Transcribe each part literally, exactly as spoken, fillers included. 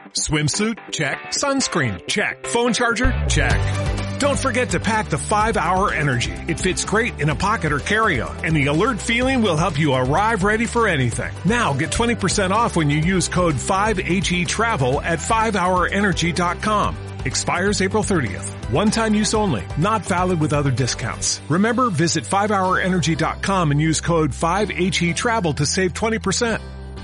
Swimsuit? Check. Sunscreen? Check. Phone charger? Check. Don't forget to pack the five hour Energy. It fits great in a pocket or carry-on, and the alert feeling will help you arrive ready for anything. Now get twenty percent off when you use code five H E travel at five hour energy dot com. Expires April thirtieth. One-time use only. Not valid with other discounts. Remember, visit five hour energy dot com and use code five H E travel to save twenty percent.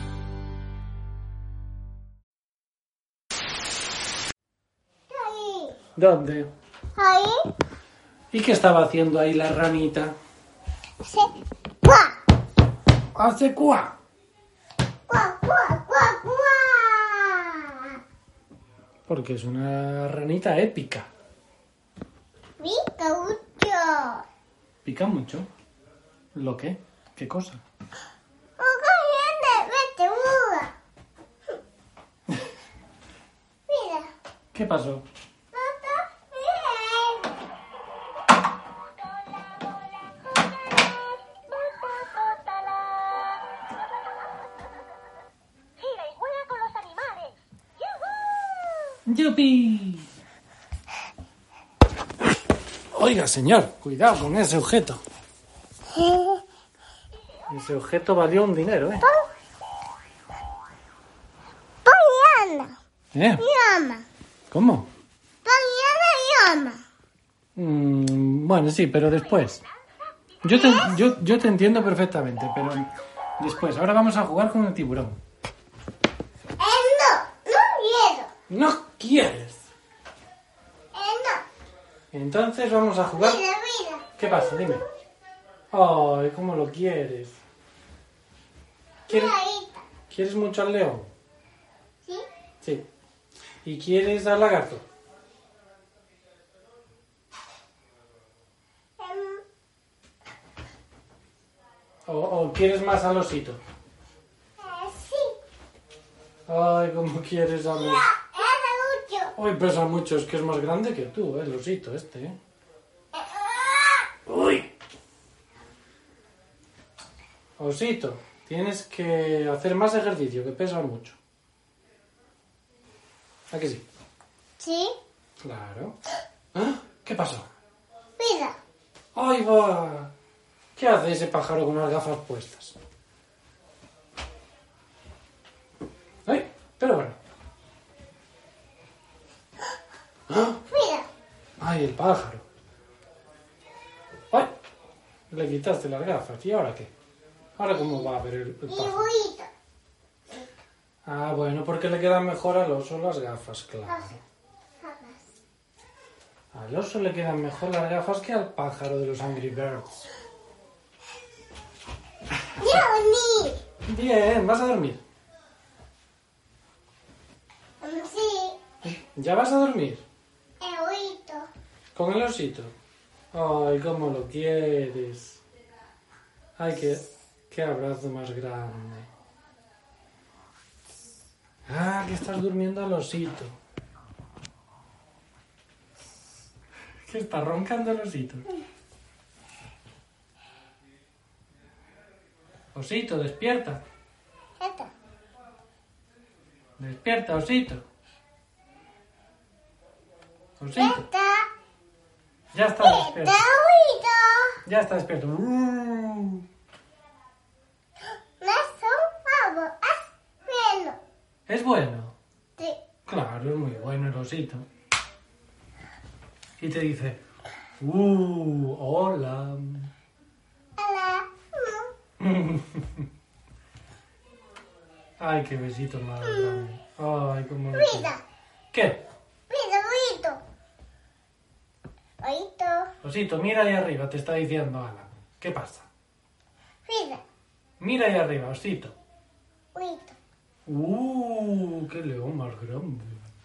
¿Dónde? Ahí. ¿Y qué estaba haciendo ahí la ranita? Se... ¡Cuá! ¡Hace cuá! ¡Cuá, cuá, cuá, cuá! Porque es una ranita épica. Pica mucho. ¿Pica mucho? ¿Lo qué? ¿Qué cosa? Un corriente, vete, muda. Mira. ¿Qué pasó? ¡Yupi! Oiga, señor, cuidado con ese objeto. Ese objeto valió un dinero, ¿eh? Mañana. ¿Eh? Llama. ¿Cómo? Mañana llama. Mm, bueno, sí, pero después. Yo te, yo, yo te entiendo perfectamente, pero después. Ahora vamos a jugar con el tiburón. Eh, no, no quiero. ¿No quieres? Eh, no. Entonces vamos a jugar. Mira, mira. ¿Qué pasa? Dime. Ay, ¿cómo lo quieres? ¿Quieres, Mira, ahí está. ¿Quieres mucho al león? ¿Sí? Sí. ¿Y quieres al lagarto? Em, ¿O, o quieres más al osito? eh, sí. Ay, ¿cómo quieres al osito? Es mucho. Uy, pesa mucho, es que es más grande que tú, ¿eh? El osito este, ¿eh? Eh, ¡Uy! Osito, tienes que hacer más ejercicio, que pesa mucho. ¿A que sí? ¿Sí? Claro. ¿Ah? ¿Qué pasó? Mira. ¡Ay, va! ¿Qué hace ese pájaro con las gafas puestas? ¡Ay! Pero bueno. ¡Ah! Mira. ¡Ay, el pájaro! ¡Ay! Le quitaste las gafas. ¿Y ahora qué? ¿Ahora cómo va a ver el, el Y pájaro? bonito. Ah, bueno, porque le quedan mejor al oso las gafas, claro. Al oso le quedan mejor las gafas que al pájaro de los Angry Birds. Yo ni. Bien, ¿vas a dormir? Sí. ¿Ya vas a dormir? El bonito. ¿Con el osito? Ay, cómo lo quieres. Ay, qué, qué abrazo más grande. Ah, que estás durmiendo al osito. Que está roncando el osito. Osito, despierta. Esto. Despierta, osito. Osito. Esto. Ya está Esto despierto. bonito. Ya está despierto. Uh. Me hace un favor. Es bueno. ¿Es bueno? Sí. Claro, es muy bueno el osito. Y te dice, uh, hola. Hola. Ay, qué besito más grande. Ay, cómo lo Mira. quiero. ¿Qué? Mira, bonito. Bonito. Osito, mira ahí arriba, te está diciendo Alan. ¿Qué pasa? Mira. Mira ahí arriba, osito. Bonito. Uh, qué león más grande.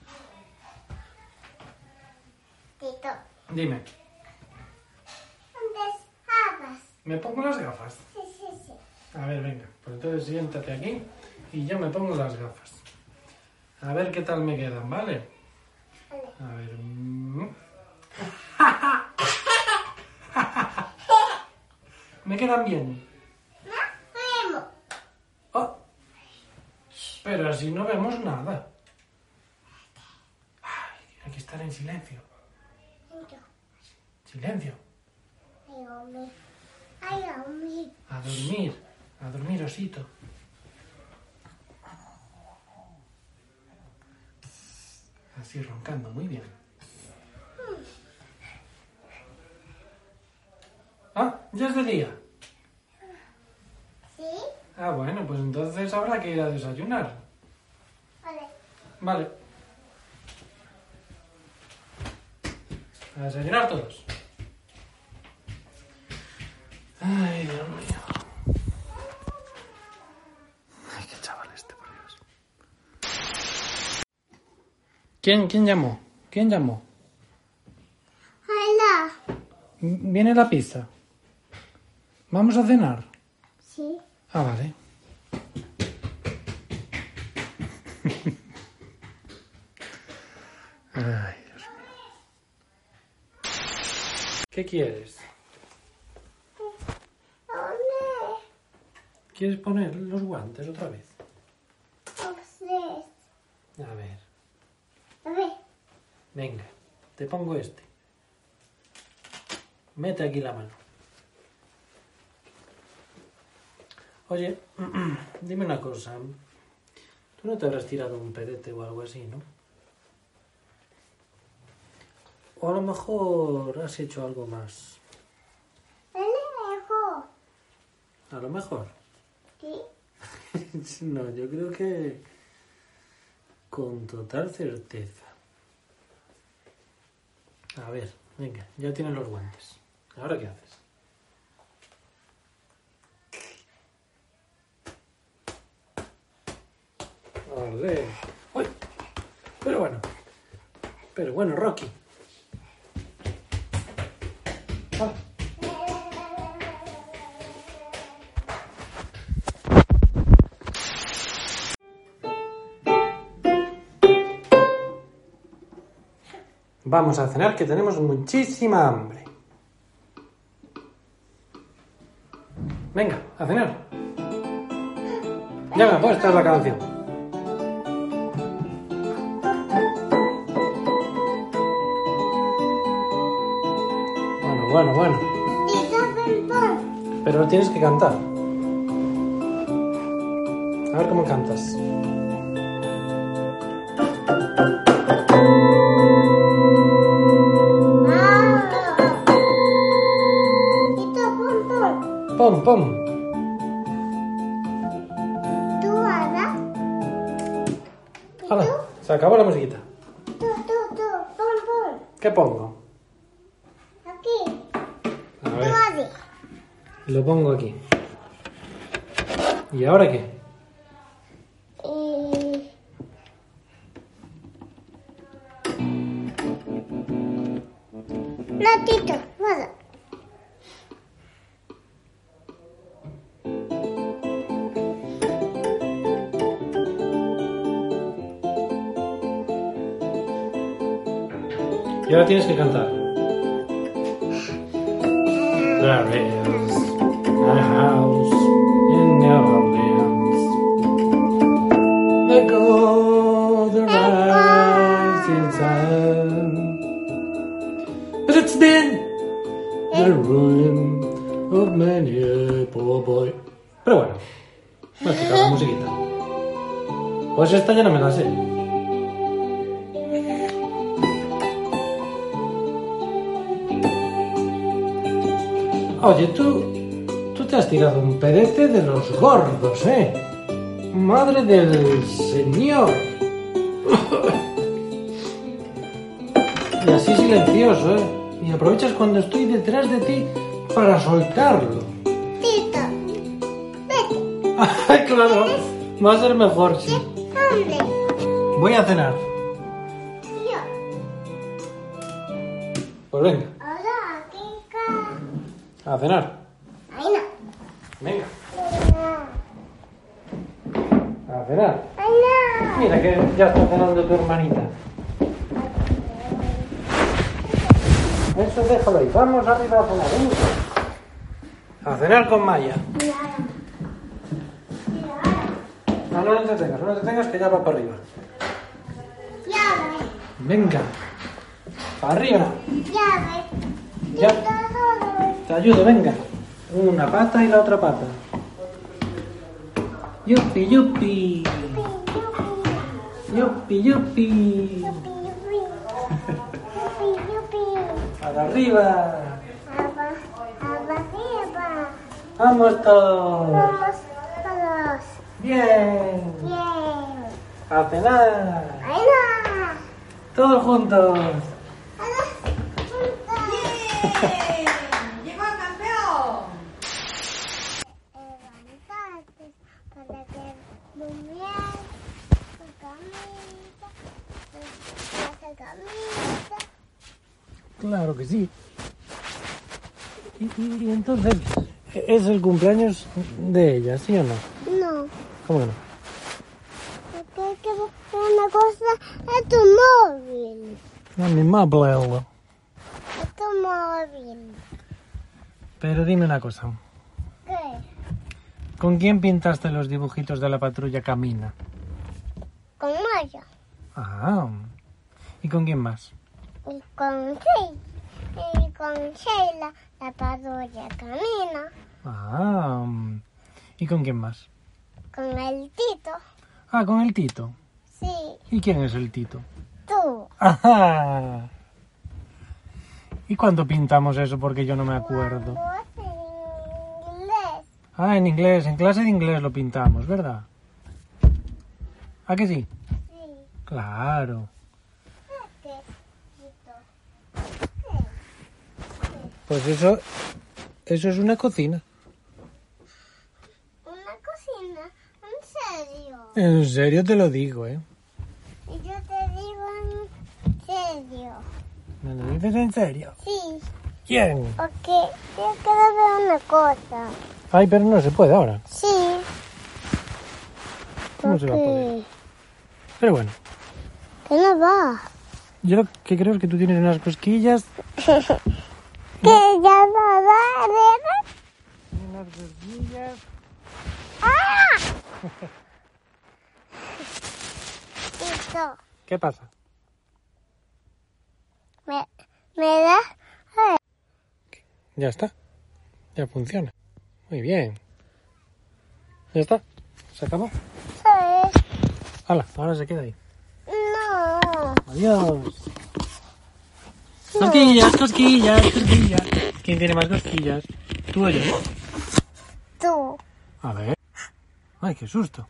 Tito. Dime, ¿Dónde estabas? ¿me pongo las gafas? Sí, sí, sí. A ver, venga, pues entonces siéntate aquí y yo me pongo las gafas. A ver qué tal me quedan, ¿vale? Vale. A ver. mm. Me quedan bien. No vemos. Oh. Pero así no vemos nada. estar en silencio. Yo. Silencio. Ay, hombre. Ay, hombre. A dormir. A dormir, osito. Así roncando, muy bien. Ah, ya es de día. ¿Sí? Ah, bueno, pues entonces habrá que ir a desayunar. Vale. Vale. A desayunar todos. Ay, Dios mío. Ay, qué chaval este, por Dios. ¿Quién, quién llamó? ¿Quién llamó? Hola. Viene la pizza. ¿Vamos a cenar? Sí. Ah, vale. Ay, Dios mío. ¿Qué quieres? ¿Dónde? ¿Quieres poner los guantes otra vez? Ustedes. A ver, A ver. venga, te pongo este. Mete aquí la mano. Oye, dime una cosa. Tú no te habrás tirado un pedete o algo así, ¿no? O a lo mejor has hecho algo más. ¿Me dejo? A lo mejor. ¿Sí? No, yo creo que con total certeza. A ver, venga, ya tienes los guantes. ¿Ahora qué haces? Vale. Uy, pero bueno. Pero bueno, Rocky. Ah. Vamos a cenar, que tenemos muchísima hambre. Venga, a cenar. Ya me puedo, esta es la canción. Bueno, bueno, bueno. Tita Pimpón. Pero tienes que cantar. A ver cómo cantas. Pom, pom. ¿Tú, Ana? ¡Hala! Se acabó la musiquita. Tú, tú, tú. Pum, pum. ¿Qué pongo? Aquí. A Tú, ver, Adi. lo pongo aquí. ¿Y ahora qué? Eh... No, Tito. Nada. Y ahora tienes que cantar. There is a house in New Orleans. Let go the rising sun. But it's been the ruin of many a poor boy. Pero bueno, me has quitado la musiquita. Pues esta ya no me la sé. Oye, tú, tú te has tirado un pedete de los gordos, ¿eh? Madre del Señor. Y así silencioso, ¿eh? Y aprovechas cuando estoy detrás de ti para soltarlo. Tito. Vete. Ay, claro, va a ser mejor, sí. ¿Dónde? Voy a cenar. Yo. Pues venga, Hola, Kika. a cenar. Ay, no. Venga, a cenar. Ay, no. Mira que ya está cenando tu hermanita. Eso déjalo ahí. Vamos arriba a cenar. venga. A cenar con Maya. No, no te entretengas, no te entretengas que ya va para arriba. Ya, Venga. Para arriba. Ya ves. Ya. Todo. Te ayudo, venga. Una pata y la otra pata. Yupi, yupi. Yupi, yupi. Para arriba. Vamos todos. Vamos todos. Bien. Bien. A cenar. Ahí va. Todos juntos. ¡Bien! ¡Llegó el campeón! Levantarte para que durmieras tu camita, tu camita. Claro que sí. Y, y- y entonces, ¿es el cumpleaños de ella, sí o no? No, ¿Cómo que no? porque hay que buscar una cosa en tu móvil. A mi móvil. En tu móvil. Pero dime una cosa. ¿Qué? ¿Con quién pintaste los dibujitos de la patrulla Camina? Con Maya. Ah. ¿Y con quién más? Y con Sheila. Y con Sheila, la patrulla camina. Ah. ¿Y con quién más? Con el Tito. Ah, con el Tito. Sí, ¿Y quién es el Tito? tú. Ajá. ¿Y cuándo pintamos eso? Porque yo no me acuerdo. Cuando es en inglés. Ah, en inglés, en clase de inglés lo pintamos, ¿verdad? ¿A que sí? Sí. Claro. ¿Qué? Tito. ¿Qué? Pues eso, eso es una cocina. Una cocina. ¿En serio? En serio te lo digo, ¿eh? Y yo te digo en serio. ¿Me lo dices en serio? Sí. ¿Quién? Porque yo quiero ver una cosa. Ay, pero no se puede ahora. Sí. ¿Cómo se va a poder? Pero bueno, ¿Qué no va? yo lo que creo es que tú tienes unas cosquillas. Que ya no va, ¿verdad? Unas cosquillas. ¡Ah! Tito, ¿Qué pasa? me, me da. Ya está. Ya funciona. Muy bien. Ya está. Se acabó. ¿Sabes? Hala, ahora se queda ahí. No. Adiós. Cosquillas, cosquillas, cosquillas. ¿Quién tiene más cosquillas? ¿Tú o yo? Tú. A ver. Ay, qué susto.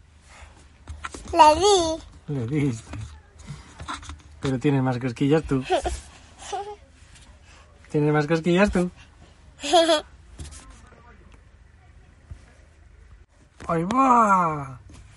Le di. Le diste. Pero tienes más cosquillas tú. ¿Tienes más cosquillas tú? ¡Ahí va!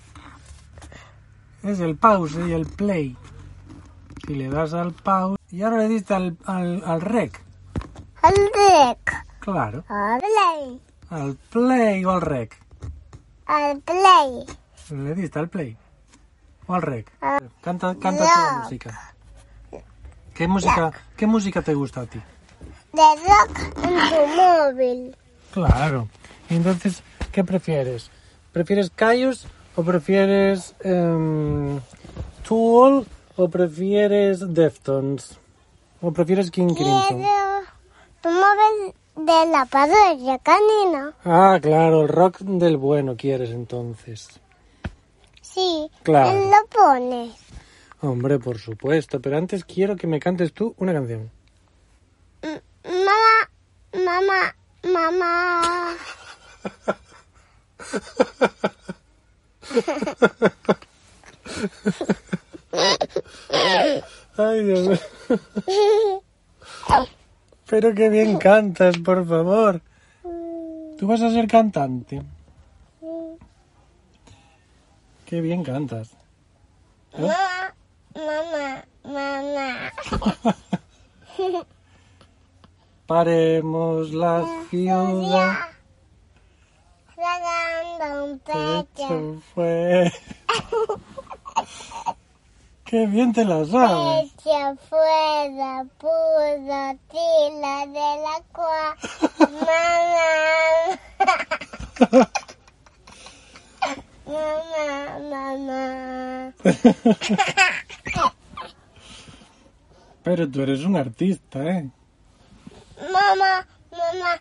Es el pause y el play. Si le das al pause... Y ahora le diste al, al, al rec. Al rec. Claro. Al play. Al play o al rec. Al play. Le diste al play. O al rec. Ah. Canta, canta No. tu música. ¿Qué música, ¿Qué música te gusta a ti? De rock en tu móvil. Claro. Entonces, ¿qué prefieres? ¿Prefieres Caius o prefieres em, Tool o prefieres Deftones? ¿O prefieres King Crimson? Quiero tu móvil de la patrulla canina. Ah, claro, el rock del bueno quieres entonces. Sí, Claro. él lo pone. Hombre, por supuesto, pero antes quiero que me cantes tú una canción. M- Mamá, mamá, mamá. Ay, Dios mío. Pero qué bien cantas, por favor. Tú vas a ser cantante. Qué bien cantas. Mamá, mamá, mamá. Paremos la ciudad. Tragando un pecho. Pecho fue. Qué bien te la sabes. Pecho fuera, puro tila de la cua. Mamá. Mamá, mamá. Pero tú eres un artista, ¿eh? Mamá, mamá,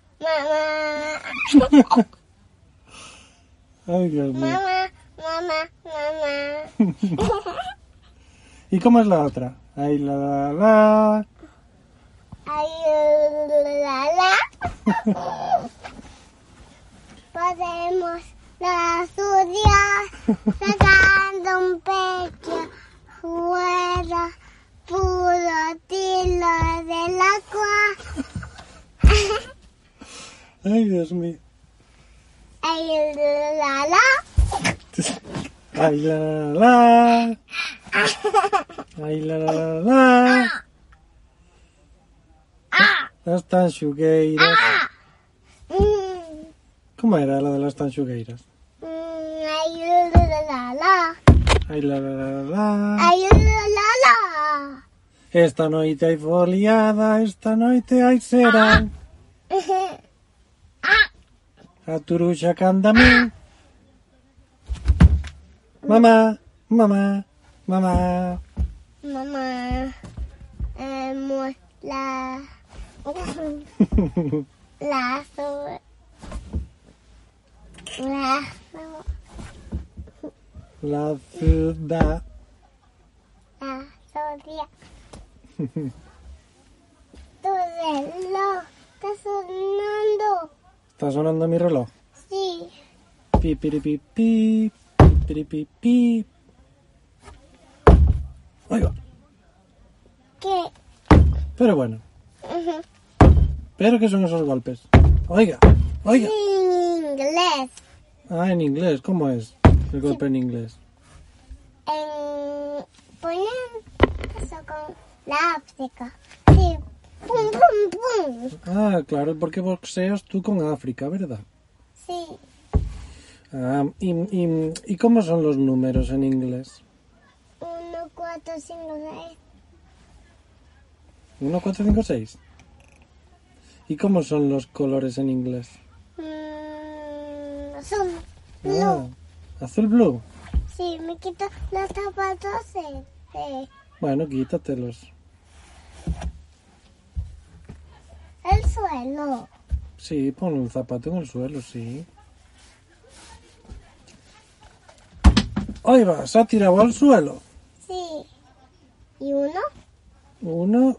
mamá. Ay, Dios mío. Mamá, mamá, mamá. ¿Y cómo es la otra? Ay, la, la, la. Ay, la, la. Podemos estudiar sacando un pecho fuera puro tilo del agua. Ay, Dios mío. Ay, la, la. Ay, la, la, la. Ay, la, la, la, la. Las tanxugueiras. Mm, ¿Cómo era la de las tanxugueiras? mm, Ay, la, la, la. Ay, la, la, la, la. Ay, la, la, la. Esta noite hai foliada, esta noite hai serán. A turuxa canda a min. Mamá, mamá, mamá. Mamá, hemos la la azul, la azul, La ciudad. la sodia. Tu reloj está sonando. ¿Está sonando mi reloj? Sí, Pi, piri, pi, pi, piri, pi, pi. Oiga, ¿qué? pero bueno. Ujú. ¿Pero qué son esos golpes? Oiga, oiga. Inglés. Ah, en inglés, ¿cómo es el golpe en inglés? En ponen eso con la África. Sí, pum, pum, pum. Ah, claro, porque boxeas tú con África, ¿verdad? Sí. Ah, ¿y, y, ¿y cómo son los números en inglés? Uno, cuatro, cinco, seis. uno, cuatro, cinco, seis. ¿Y cómo son los colores en inglés? Mm, son Ah, azul, blue. Sí, me quito los zapatos. Sí, sí. Bueno, quítatelos. El suelo. Sí, pon un zapato en el suelo, sí. Ahí va, se ha tirado al suelo. Sí. ¿Y uno? Uno.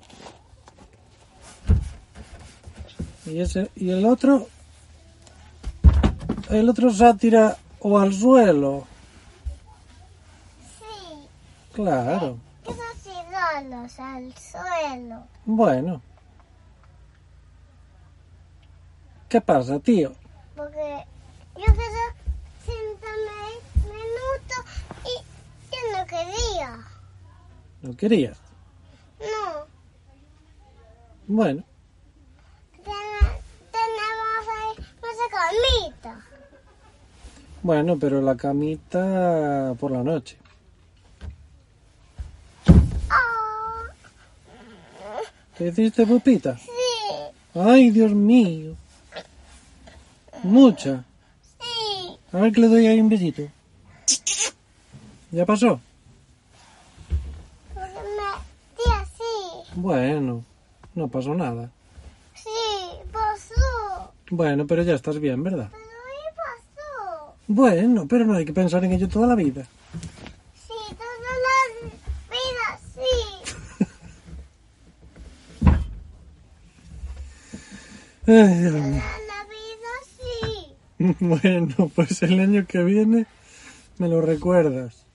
Y ese y el otro. El otro se ha tirado al suelo. Sí. Claro. Esos ídolos al suelo. Bueno. ¿Qué pasa, tío? Porque yo quiero sentarme un minuto y yo no quería. ¿No querías? No. Bueno. Ten- tenemos ahí nuestra camita. Bueno, pero la camita por la noche. Oh, ¿Te hiciste pupita? sí, Ay, Dios mío. Mucha. sí. A ver que le doy ahí un besito. ¿Ya pasó? Porque me di así. Bueno, no pasó nada. Sí, pasó. Bueno, pero ya estás bien, ¿verdad? Pero ahí pasó. Bueno, pero no hay que pensar en ello toda la vida. Sí, toda la vida, sí. Ay, Dios mío. Toda la vida, sí. Bueno, pues el año que viene me lo recuerdas.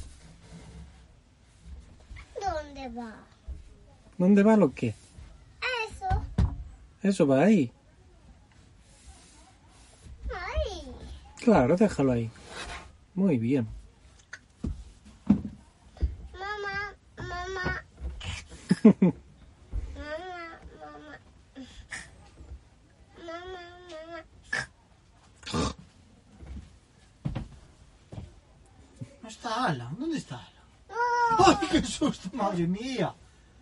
¿Dónde va? ¿Dónde va lo qué? Eso. Eso va ahí. Ahí. Claro, déjalo ahí. Muy bien. Mamá, mamá. Mamá, mamá. Mamá, mamá. ¿No está Alan? ¿Dónde está Alan? No. ¡Ay, qué susto, madre mía!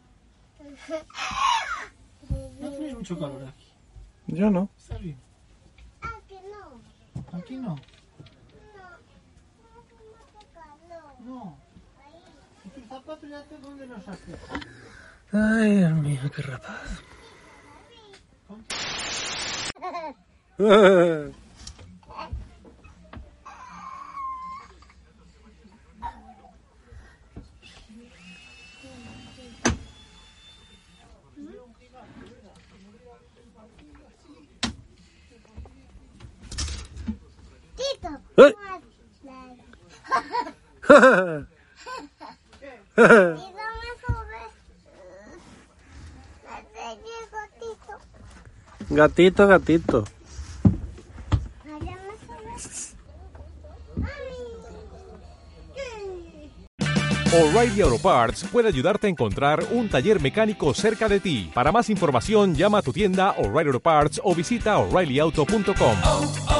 ¿No tenéis mucho calor aquí? Yo no. ¿Estás bien? Aquí no. Aquí no. No. No tengo calor. No. ¿Y tus zapatos ya te dónde los has puesto? Ay, Dios mío, qué rapaz. Tito. ¡Ay! Tito, me subes. Me llego, Tito. Gatito, gatito. Allá me subes. O'Reilly Auto Parts puede ayudarte a encontrar un taller mecánico cerca de ti. Para más información, llama a tu tienda O'Reilly Auto Parts o visita O'Reilly Auto punto com.